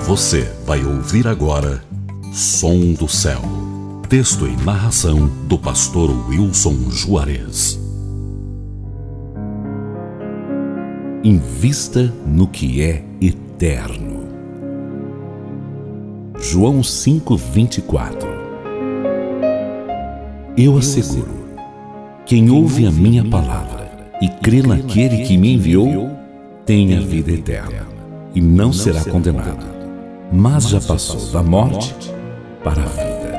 Você vai ouvir agora Som do Céu. Texto e narração do pastor Wilson Juarez. Invista no que é eterno. João 5:24. Eu asseguro, quem ouve a minha palavra e crê naquele que me enviou, tem a vida eterna e não será condenado, mas já passou da morte para a vida.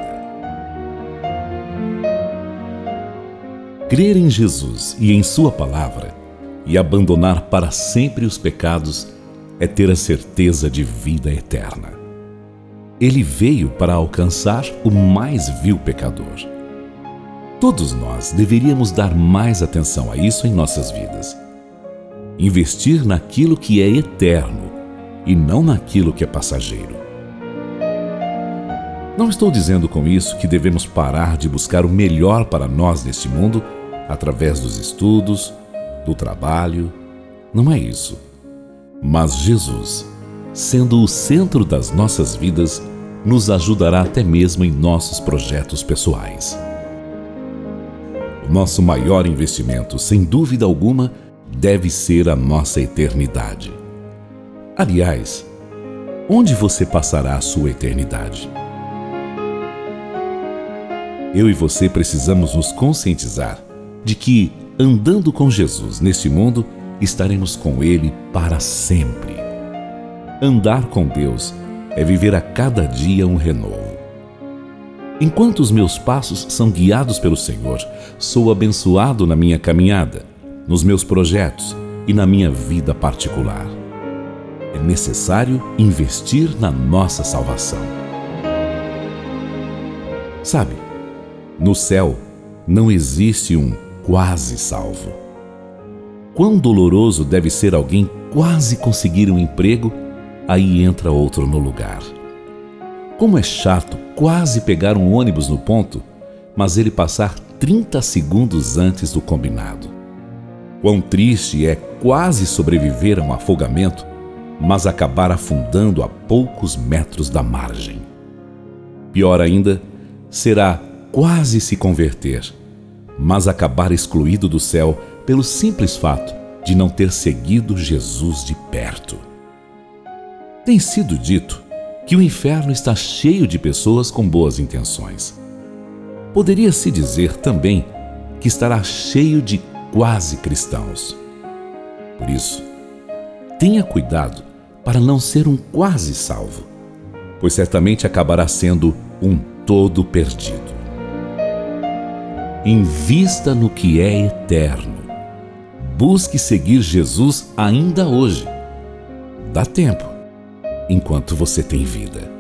Crer em Jesus e em sua palavra e abandonar para sempre os pecados é ter a certeza de vida eterna. Ele veio para alcançar o mais vil pecador. Todos nós deveríamos dar mais atenção a isso em nossas vidas. Investir naquilo que é eterno e não naquilo que é passageiro. Não estou dizendo com isso que devemos parar de buscar o melhor para nós neste mundo através dos estudos, do trabalho. Não é isso. Mas Jesus, sendo o centro das nossas vidas, nos ajudará até mesmo em nossos projetos pessoais. O nosso maior investimento, sem dúvida alguma, deve ser a nossa eternidade. Aliás, onde você passará a sua eternidade? Eu e você precisamos nos conscientizar de que, andando com Jesus neste mundo, estaremos com Ele para sempre. Andar com Deus é viver a cada dia um renovo. Enquanto os meus passos são guiados pelo Senhor, sou abençoado na minha caminhada, nos meus projetos e na minha vida particular. É necessário investir na nossa salvação. Sabe, no céu não existe um quase salvo. Quão doloroso deve ser alguém quase conseguir um emprego, aí entra outro no lugar. Como é chato quase pegar um ônibus no ponto, mas ele passar 30 segundos antes do combinado. Quão triste é quase sobreviver a um afogamento, mas acabar afundando a poucos metros da margem. Pior ainda, será quase se converter, mas acabar excluído do céu pelo simples fato de não ter seguido Jesus de perto. Tem sido dito que o inferno está cheio de pessoas com boas intenções. Poderia-se dizer também que estará cheio de quase cristãos. Por isso, tenha cuidado para não ser um quase salvo, pois certamente acabará sendo um todo perdido. Invista no que é eterno. Busque seguir Jesus ainda hoje. Dá tempo, enquanto você tem vida.